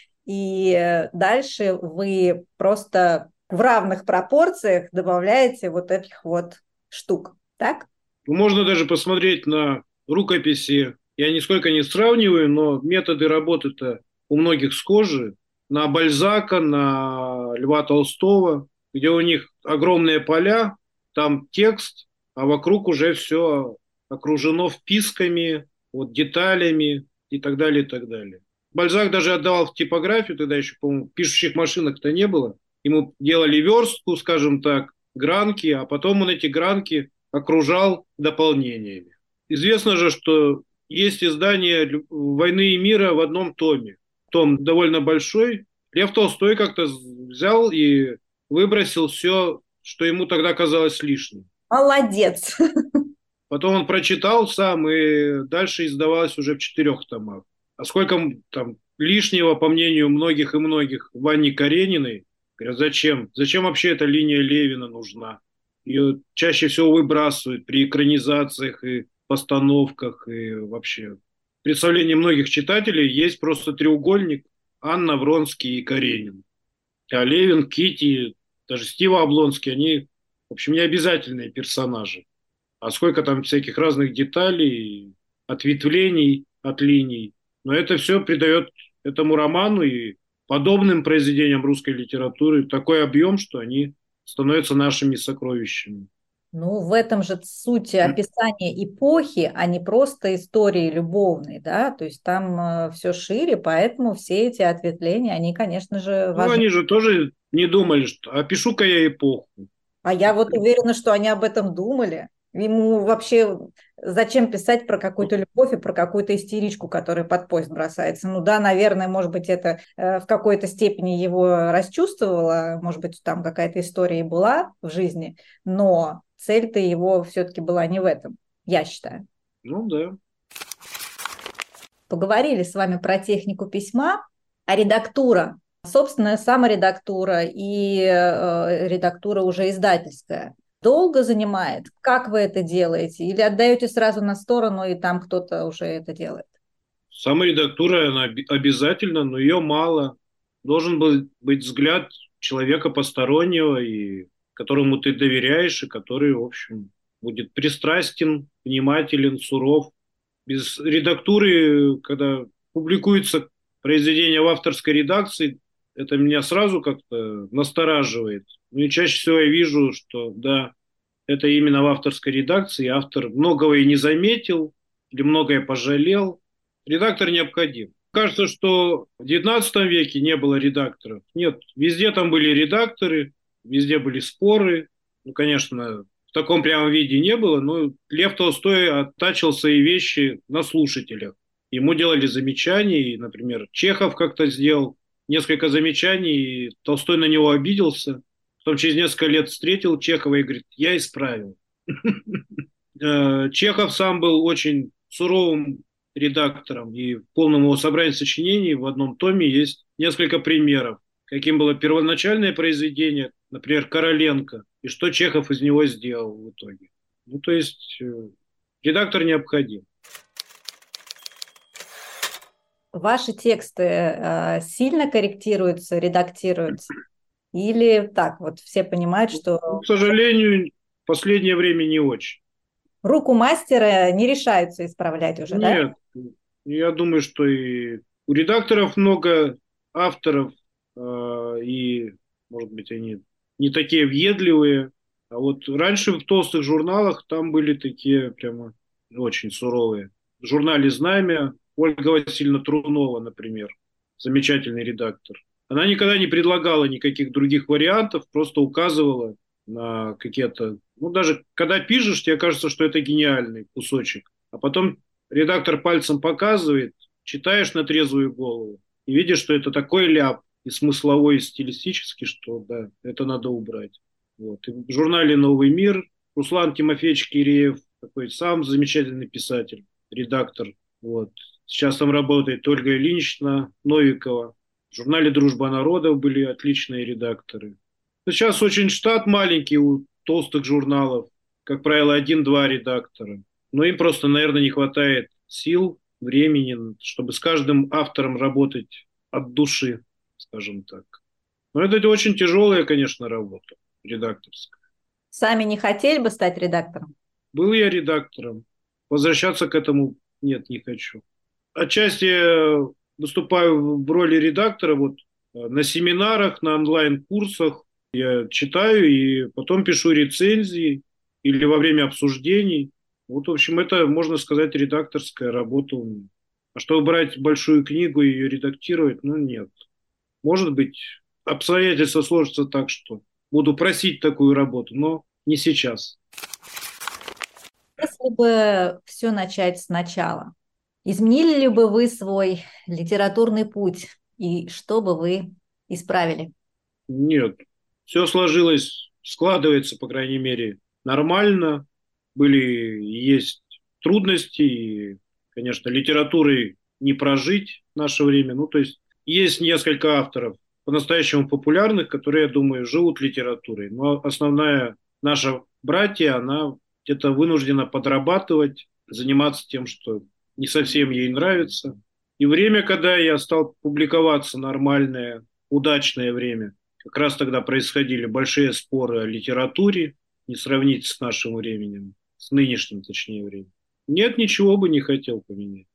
и дальше вы просто в равных пропорциях добавляете вот этих вот штук, так? Можно даже посмотреть на рукописи. Я нисколько не сравниваю, но методы работы-то у многих схожи. На Бальзака, на Льва Толстого, где у них огромные поля, там текст, а вокруг уже все окружено вписками, вот, деталями и так далее, и так далее. Бальзак даже отдавал в типографию, тогда еще, по-моему, пишущих машинок-то не было. Ему делали верстку, скажем так, гранки, а потом он эти гранки окружал дополнениями. Известно же, что есть издание «Войны и мира» в одном томе. Том довольно большой. Лев Толстой как-то взял и выбросил все, что ему тогда казалось лишним. Молодец. Потом он прочитал сам, и дальше издавалось уже в 4 томах. А сколько там лишнего, по мнению многих и многих, Вани Карениной, говорят, зачем? Зачем вообще эта линия Левина нужна? Ее чаще всего выбрасывают при экранизациях и постановках, и вообще. В представлении многих читателей есть просто треугольник Анна, Вронский и Каренин. А Левин, Кити, даже Стива Облонский, они, в общем, не обязательные персонажи. А сколько там всяких разных деталей, ответвлений от линий. Но это все придает этому роману и подобным произведениям русской литературы такой объем, что они становятся нашими сокровищами. Ну, в этом же суть описания эпохи, а не просто истории любовной, да, то есть там все шире, поэтому все эти ответвления, они, конечно же, Ну, важны. они же тоже не думали, что опишу-ка я эпоху. А я вот уверена, что они об этом думали. Ему вообще зачем писать про какую-то любовь и про какую-то истеричку, которая под поезд бросается? Ну да, наверное, может быть, это в какой-то степени его расчувствовало, может быть, там какая-то история и была в жизни, но цель-то его все-таки была не в этом, я считаю. Ну да. Поговорили с вами про технику письма, а редактура, собственная саморедактура и редактура уже издательская. Долго занимает? Как вы это делаете? Или отдаете сразу на сторону, и там кто-то уже это делает? Саморедактура, она обязательно, но ее мало. Должен был быть взгляд человека постороннего, и которому ты доверяешь, и который, в общем, будет пристрастен, внимателен, суров. Без редактуры, когда публикуется произведение в авторской редакции, это меня сразу как-то настораживает. Ну и чаще всего я вижу, что да, это именно в авторской редакции. Автор многого и не заметил, или многое пожалел. Редактор необходим. Кажется, что в XIX веке не было редакторов. Нет, везде там были редакторы, везде были споры. Ну, конечно, в таком прямом виде не было, но Лев Толстой оттачил свои вещи на слушателях. Ему делали замечания, и, например, Чехов как-то сделал несколько замечаний, и Толстой на него обиделся. Потом через несколько лет встретил Чехова и говорит, я исправил. Чехов сам был очень суровым редактором, и в полном его собрании сочинений в одном томе есть несколько примеров, каким было первоначальное произведение, например, Короленко, и что Чехов из него сделал в итоге. Ну, то есть редактор необходим. Ваши тексты сильно корректируются, редактируются? Или так, вот все понимают, что Ну, к сожалению, в последнее время не очень. руку мастера не решаются исправлять уже, да? Нет, я думаю, что и у редакторов много авторов, и, может быть, они не такие въедливые. А вот раньше в толстых журналах там были такие прямо очень суровые. В журнале «Знамя» Ольга Васильевна Трунова, например, замечательный редактор. Она никогда не предлагала никаких других вариантов, просто указывала на какие-то... Ну, даже когда пишешь, тебе кажется, что это гениальный кусочек. А потом редактор пальцем показывает, читаешь на трезвую голову и видишь, что это такой ляп и смысловой, и стилистический, что да, это надо убрать. Вот. И в журнале «Новый мир» Руслан Тимофеевич Киреев, такой сам замечательный писатель, редактор. Вот. Сейчас там работает Ольга Ильинична Новикова. В журнале «Дружба народов» были отличные редакторы. Но сейчас очень штат маленький у толстых журналов, как правило, один-два редактора. Но им просто, наверное, не хватает сил, времени, чтобы с каждым автором работать от души, скажем так. Но это очень тяжелая, конечно, работа редакторская. Сами не хотели бы стать редактором? Был я редактором. Возвращаться к этому нет, не хочу. Отчасти я выступаю в роли редактора вот, на семинарах, на онлайн-курсах. Я читаю и потом пишу рецензии или во время обсуждений. Вот, в общем, это, можно сказать, редакторская работа у меня. А чтобы брать большую книгу и ее редактировать, ну нет. Может быть, обстоятельства сложатся так, что буду просить такую работу, но не сейчас. Если бы все начать сначала, изменили ли бы вы свой литературный путь и что бы вы исправили? Нет, все сложилось, складывается, по крайней мере, нормально. Были и есть трудности, и, конечно, литературой не прожить в наше время. Ну, то есть есть несколько авторов по-настоящему популярных, которые, я думаю, живут литературой. Но основная наша братья, она где-то вынуждена подрабатывать, заниматься тем, что не совсем ей нравится. И время, когда я стал публиковаться, нормальное, удачное время, как раз тогда происходили большие споры о литературе, не сравнить с нашим временем, с нынешним, точнее, временем. Нет, ничего бы не хотел поменять.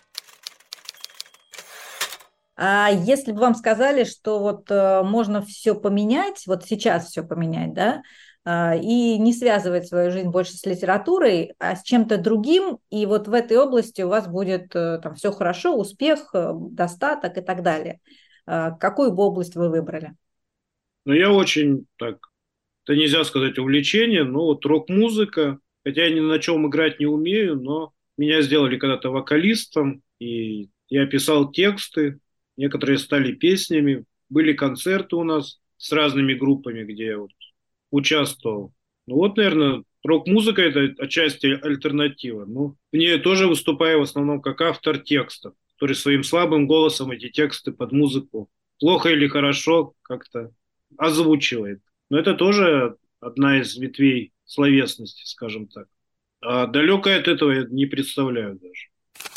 А если бы вам сказали, что вот можно все поменять, вот сейчас все поменять, да, и не связывать свою жизнь больше с литературой, а с чем-то другим, и вот в этой области у вас будет там все хорошо, успех, достаток и так далее. Какую бы область вы выбрали? Но я очень так, это нельзя сказать увлечение, но вот рок-музыка, хотя я ни на чем играть не умею, но меня сделали когда-то вокалистом, и я писал тексты, некоторые стали песнями, были концерты у нас с разными группами, где я вот участвовал. Ну вот, наверное, рок-музыка – это отчасти альтернатива. Ну, в ней тоже выступаю в основном как автор текстов, который своим слабым голосом эти тексты под музыку плохо или хорошо как-то озвучивает. Но это тоже одна из ветвей словесности, скажем так. А далеко от этого я не представляю даже.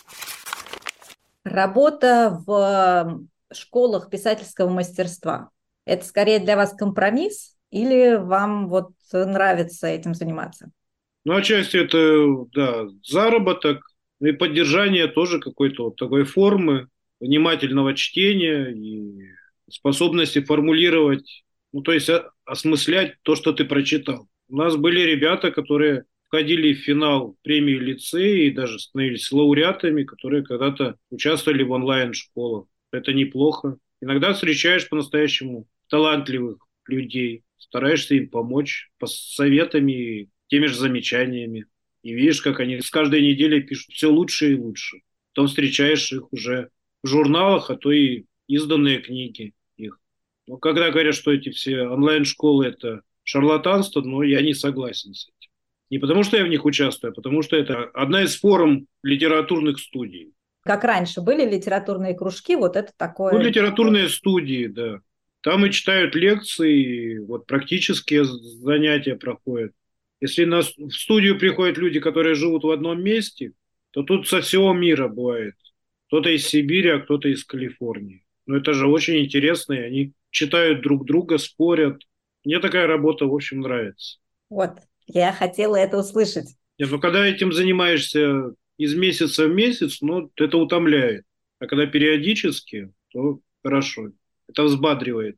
Работа в школах писательского мастерства – это скорее для вас компромисс или вам вот нравится этим заниматься? Ну, отчасти это, да, заработок, ну и поддержание тоже какой-то вот такой формы внимательного чтения и способности формулировать, ну, то есть осмыслять то, что ты прочитал. У нас были ребята, которые входили в финал премии лицея и даже становились лауреатами, которые когда-то участвовали в онлайн-школах. Это неплохо. Иногда встречаешь по-настоящему талантливых людей, стараешься им помочь советами, теми же замечаниями. И видишь, как они с каждой недели пишут все лучше и лучше. Потом встречаешь их уже в журналах, а то и изданные книги их. Но когда говорят, что эти все онлайн-школы – это шарлатанство, но я не согласен с этим. Не потому, что я в них участвую, а потому что это одна из форм литературных студий. Как раньше были литературные кружки, вот это Ну, такое. литературные студии, да. Там и читают лекции, и вот практические занятия проходят. Если в студию приходят люди, которые живут в одном месте, то тут со всего мира бывает. Кто-то из Сибири, а кто-то из Калифорнии. Но это же очень интересно, и они читают друг друга, спорят. Мне такая работа, в общем, нравится. Вот, я хотела это услышать. Нет, ну, когда этим занимаешься из месяца в месяц, ну, это утомляет. А когда периодически, то хорошо. Это взбадривает.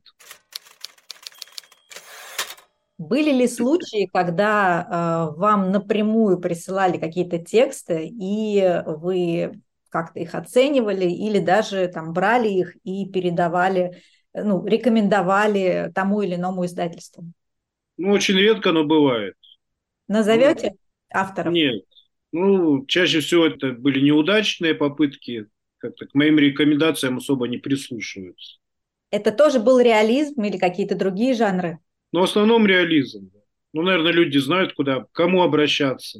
Были ли случаи, когда вам напрямую присылали какие-то тексты, и вы как-то их оценивали, или даже там брали их и передавали, ну, рекомендовали тому или иному издательству? Ну, очень редко, но бывает. Назовете авторов? Нет. Ну, чаще всего это были неудачные попытки как-то к моим рекомендациям особо не прислушиваются. Это тоже был реализм или какие-то другие жанры? Но в основном реализм. Да. Ну, наверное, люди знают, куда, к кому обращаться.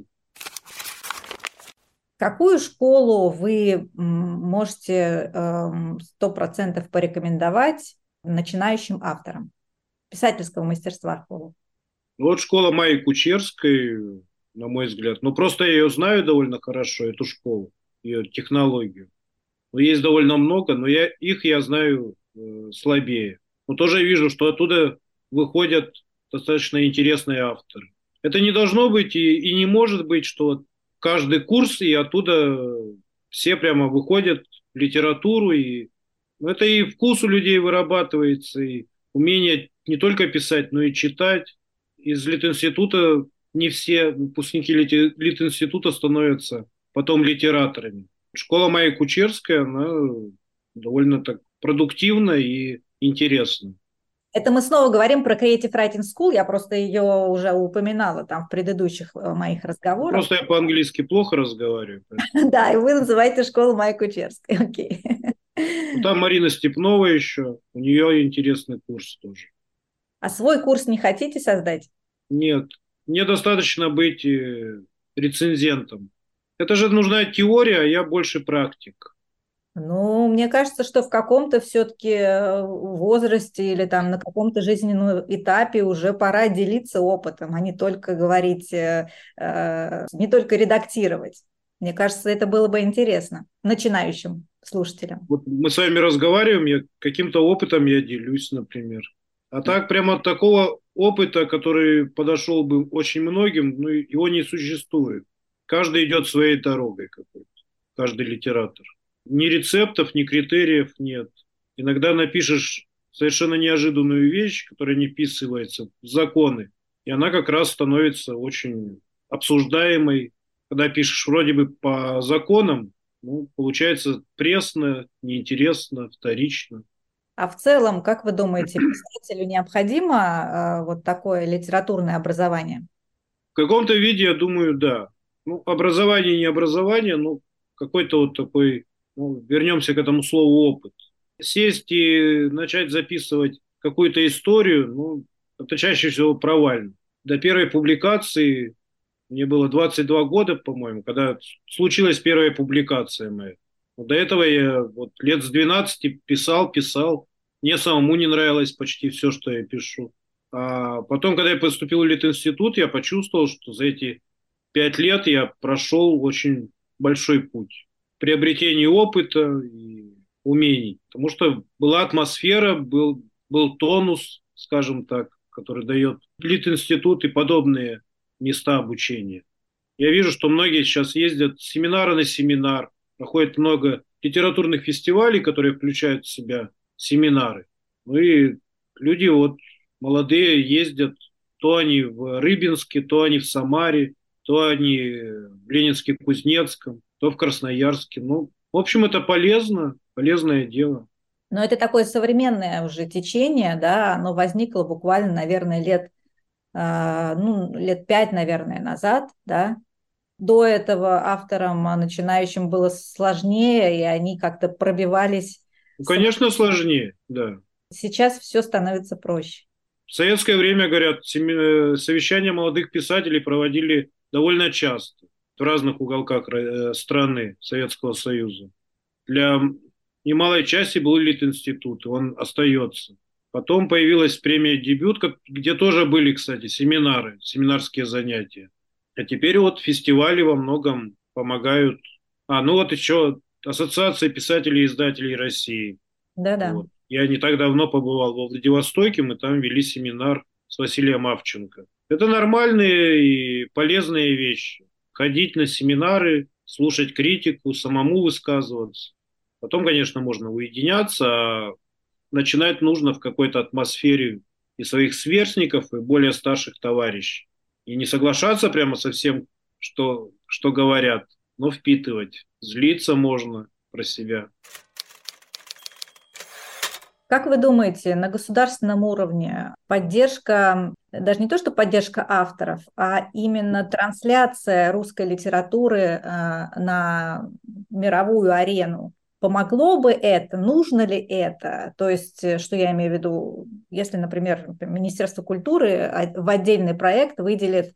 Какую школу вы можете 100% порекомендовать начинающим авторам писательского мастерства школу? Вот школа Майи Кучерской, на мой взгляд, ну просто я ее знаю довольно хорошо, эту школу, ее технологию. Но есть довольно много, но я знаю слабее. Но тоже вижу, что оттуда выходят достаточно интересные авторы. Это не должно быть и не может быть, что вот каждый курс и оттуда все прямо выходят в литературу. Ну, это и вкус у людей вырабатывается, и умение не только писать, но и читать. Из Литинститута не все выпускники Литинститута становятся потом литераторами. Школа Майи Кучерская, она довольно так продуктивна и интересна. Это мы снова говорим про Creative Writing School, я просто ее уже упоминала там в предыдущих моих разговорах. Просто я по-английски плохо разговариваю. Да, и вы называете школу Майи Кучерской, окей. Ну, там Марина Степнова еще, у нее интересный курс тоже. А свой курс не хотите создать? Нет, мне достаточно быть рецензентом. Это же нужна теория, а я больше практик. Ну, мне кажется, что в каком-то все-таки возрасте или там на каком-то жизненном этапе уже пора делиться опытом, а не только говорить, не только редактировать. Мне кажется, это было бы интересно начинающим слушателям. Вот мы с вами разговариваем, каким-то опытом я делюсь, например. А так прямо такого опыта, который подошел бы очень многим, ну, его не существует. Каждый идет своей дорогой какой-то, каждый литератор. Ни рецептов, ни критериев нет. Иногда напишешь совершенно неожиданную вещь, которая не вписывается в законы, и она как раз становится очень обсуждаемой. Когда пишешь вроде бы по законам, ну, получается пресно, неинтересно, вторично. А в целом, как вы думаете, писателю необходимо вот такое литературное образование? В каком-то виде, я думаю, да. Ну, образование не образование, но какой-то вот такой, ну, вернемся к этому слову опыт. Сесть и начать записывать какую-то историю, ну, это чаще всего провально. До первой публикации мне было 22 года, по-моему, когда случилась первая публикация моя. До этого я вот лет с 12 писал. Мне самому не нравилось почти все, что я пишу. А потом, когда я поступил в Литинститут, я почувствовал, что за эти 5 лет я прошел очень большой путь. Приобретение опыта и умений. Потому что была атмосфера, был тонус, скажем так, который дает Литинститут и подобные места обучения. Я вижу, что многие сейчас ездят с семинара на семинар, проходит много литературных фестивалей, которые включают в себя семинары. Ну и люди вот молодые ездят, то они в Рыбинске, то они в Самаре, то они в Ленинске-Кузнецком, то в Красноярске. Ну, в общем, это полезное дело. Но это такое современное уже течение, да, оно возникло буквально, наверное, лет 5, наверное, назад, да. До этого авторам начинающим было сложнее, и они как-то пробивались. Ну, конечно, сложнее, да. Сейчас все становится проще. В советское время, говорят, совещания молодых писателей проводили довольно часто в разных уголках страны Советского Союза. Для немалой части был Литинститут, он остается. Потом появилась премия «Дебют», где тоже были, кстати, семинарские занятия. А теперь вот фестивали во многом помогают. Ну вот еще Ассоциация писателей и издателей России. Да-да. Вот. Я не так давно побывал во Владивостоке, мы там вели семинар с Василием Авченко. Это нормальные и полезные вещи. Ходить на семинары, слушать критику, самому высказываться. Потом, конечно, можно уединяться, а начинать нужно в какой-то атмосфере и своих сверстников, и более старших товарищей. И не соглашаться прямо со всем, что говорят, но впитывать. Злиться можно про себя. Как вы думаете, на государственном уровне поддержка, даже не то, что поддержка авторов, а именно трансляция русской литературы на мировую арену, помогло бы это, нужно ли это? То есть, что я имею в виду, если, например, Министерство культуры в отдельный проект выделит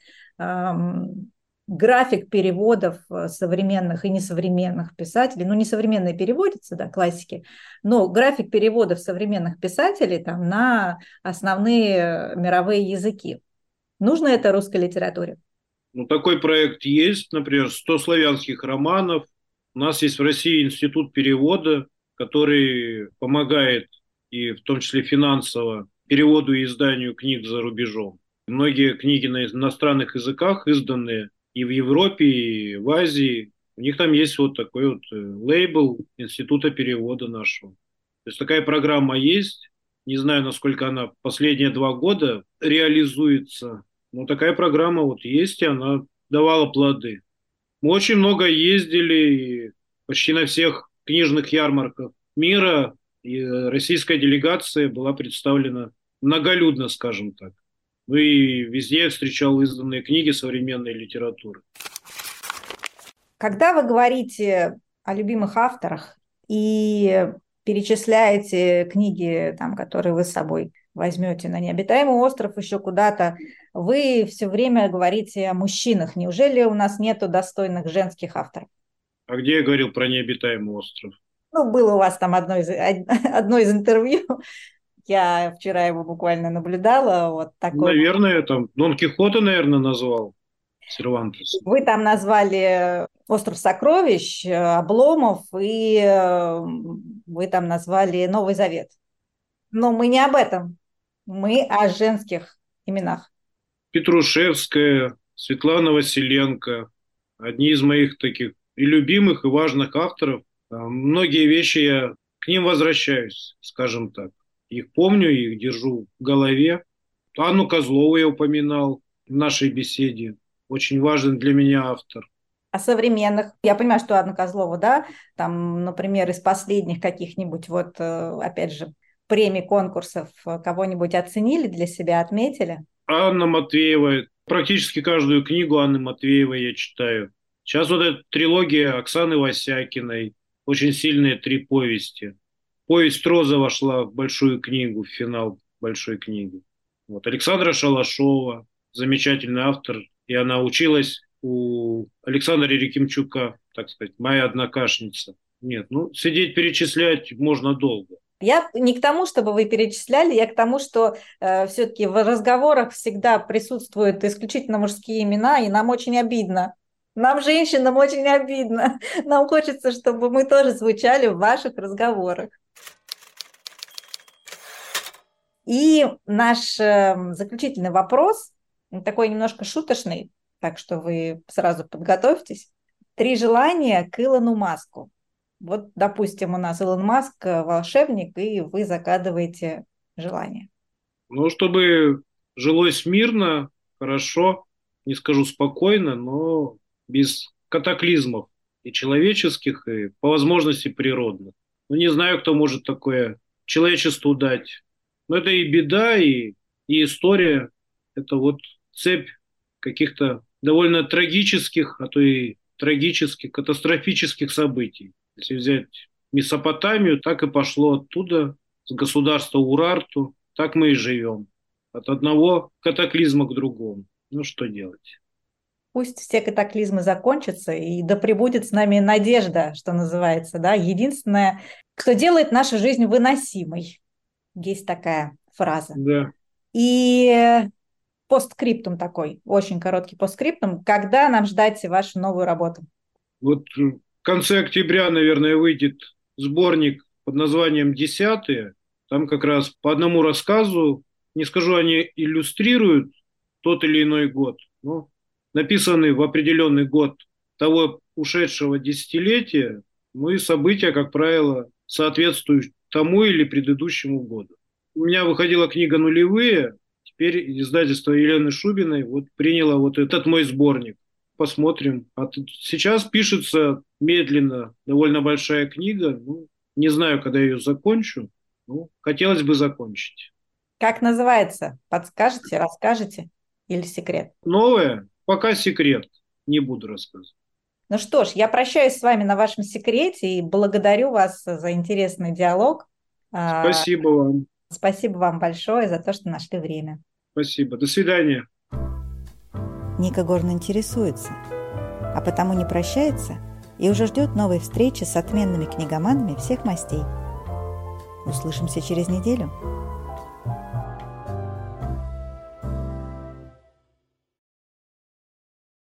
график переводов современных и несовременных писателей, ну, несовременные переводятся, да, классики, но график переводов современных писателей там на основные мировые языки. Нужно это русской литературе? Ну, такой проект есть, например, 100 славянских романов. У нас есть в России институт перевода, который помогает, и в том числе финансово, переводу и изданию книг за рубежом. Многие книги на иностранных языках изданные и в Европе, и в Азии. У них там есть вот такой вот лейбл института перевода нашего. То есть такая программа есть. Не знаю, насколько она последние 2 года реализуется. Но такая программа вот есть, и она давала плоды. Мы очень много ездили, и почти на всех книжных ярмарках мира, и российская делегация была представлена многолюдно, скажем так. Ну и везде я встречал изданные книги современной литературы. Когда вы говорите о любимых авторах и перечисляете книги, там, которые вы с собой возьмете на необитаемый остров, еще куда-то, вы все время говорите о мужчинах. Неужели у нас нету достойных женских авторов? А где я говорил про необитаемый остров? Ну, было у вас там одно из интервью. Я вчера его буквально наблюдала. Вот такой. Наверное, там Дон Кихота, наверное, назвал Сервантес. Вы там назвали «Остров сокровищ», «Обломов», и вы там назвали «Новый Завет». Но мы не об этом. Мы о женских именах. Петрушевская, Светлана Василенко. Одни из моих таких и любимых, и важных авторов. Многие вещи я к ним возвращаюсь, скажем так. Их помню, их держу в голове. Анну Козлову я упоминал в нашей беседе. Очень важный для меня автор. А современных? Я понимаю, что Анна Козлова, да, там, например, из последних каких-нибудь, вот, опять же, премий, конкурсов кого-нибудь оценили для себя, отметили? Анна Матвеева. Практически каждую книгу Анны Матвеевой я читаю. Сейчас вот эта трилогия Оксаны Васякиной. Очень сильные 3 повести. Повесть «Роза» вошла в большую книгу, в финал большой книги. Вот. Александра Шалашова, замечательный автор. И она училась у Александра Рекимчука, так сказать, моя однокашница. Нет, ну, сидеть перечислять можно долго. Я не к тому, чтобы вы перечисляли, я к тому, что все-таки в разговорах всегда присутствуют исключительно мужские имена, и нам очень обидно. Нам, женщинам, очень обидно. Нам хочется, чтобы мы тоже звучали в ваших разговорах. И наш заключительный вопрос, такой немножко шуточный, так что вы сразу подготовьтесь. 3 желания к Илону Маску. Вот, допустим, у нас Илон Маск волшебник, и вы загадываете желание. Ну, чтобы жилось мирно, хорошо, не скажу спокойно, но без катаклизмов и человеческих, и по возможности природных. Ну, не знаю, кто может такое человечеству дать. Но это и беда, и история. Это вот цепь каких-то довольно трагических, а то и трагических, катастрофических событий. Если взять Месопотамию, так и пошло оттуда, с государства Урарту, так мы и живем. От одного катаклизма к другому. Ну, что делать? Пусть все катаклизмы закончатся, и да пребудет с нами надежда, что называется, да, единственное, кто делает нашу жизнь выносимой. Есть такая фраза. Да. И постскриптум такой, очень короткий постскриптум. Когда нам ждать вашу новую работу? Вот в конце октября, наверное, выйдет сборник под названием «Десятые». Там как раз по одному рассказу, не скажу, они иллюстрируют тот или иной год, но написаны в определенный год того ушедшего десятилетия, ну и события, как правило, соответствуют тому или предыдущему году. У меня выходила книга «Нулевые», теперь издательство Елены Шубиной вот приняло вот этот мой сборник. Посмотрим. А сейчас пишется медленно, довольно большая книга. Ну, не знаю, когда я ее закончу. Ну, хотелось бы закончить. Как называется? Подскажете, расскажете или секрет? Новое? Пока секрет. Не буду рассказывать. Ну что ж, я прощаюсь с вами на вашем секрете и благодарю вас за интересный диалог. Спасибо вам. Спасибо вам большое за то, что нашли время. Спасибо. До свидания. Ника Горн интересуется, а потому не прощается и уже ждет новой встречи с отменными книгоманами всех мастей. Услышимся через неделю.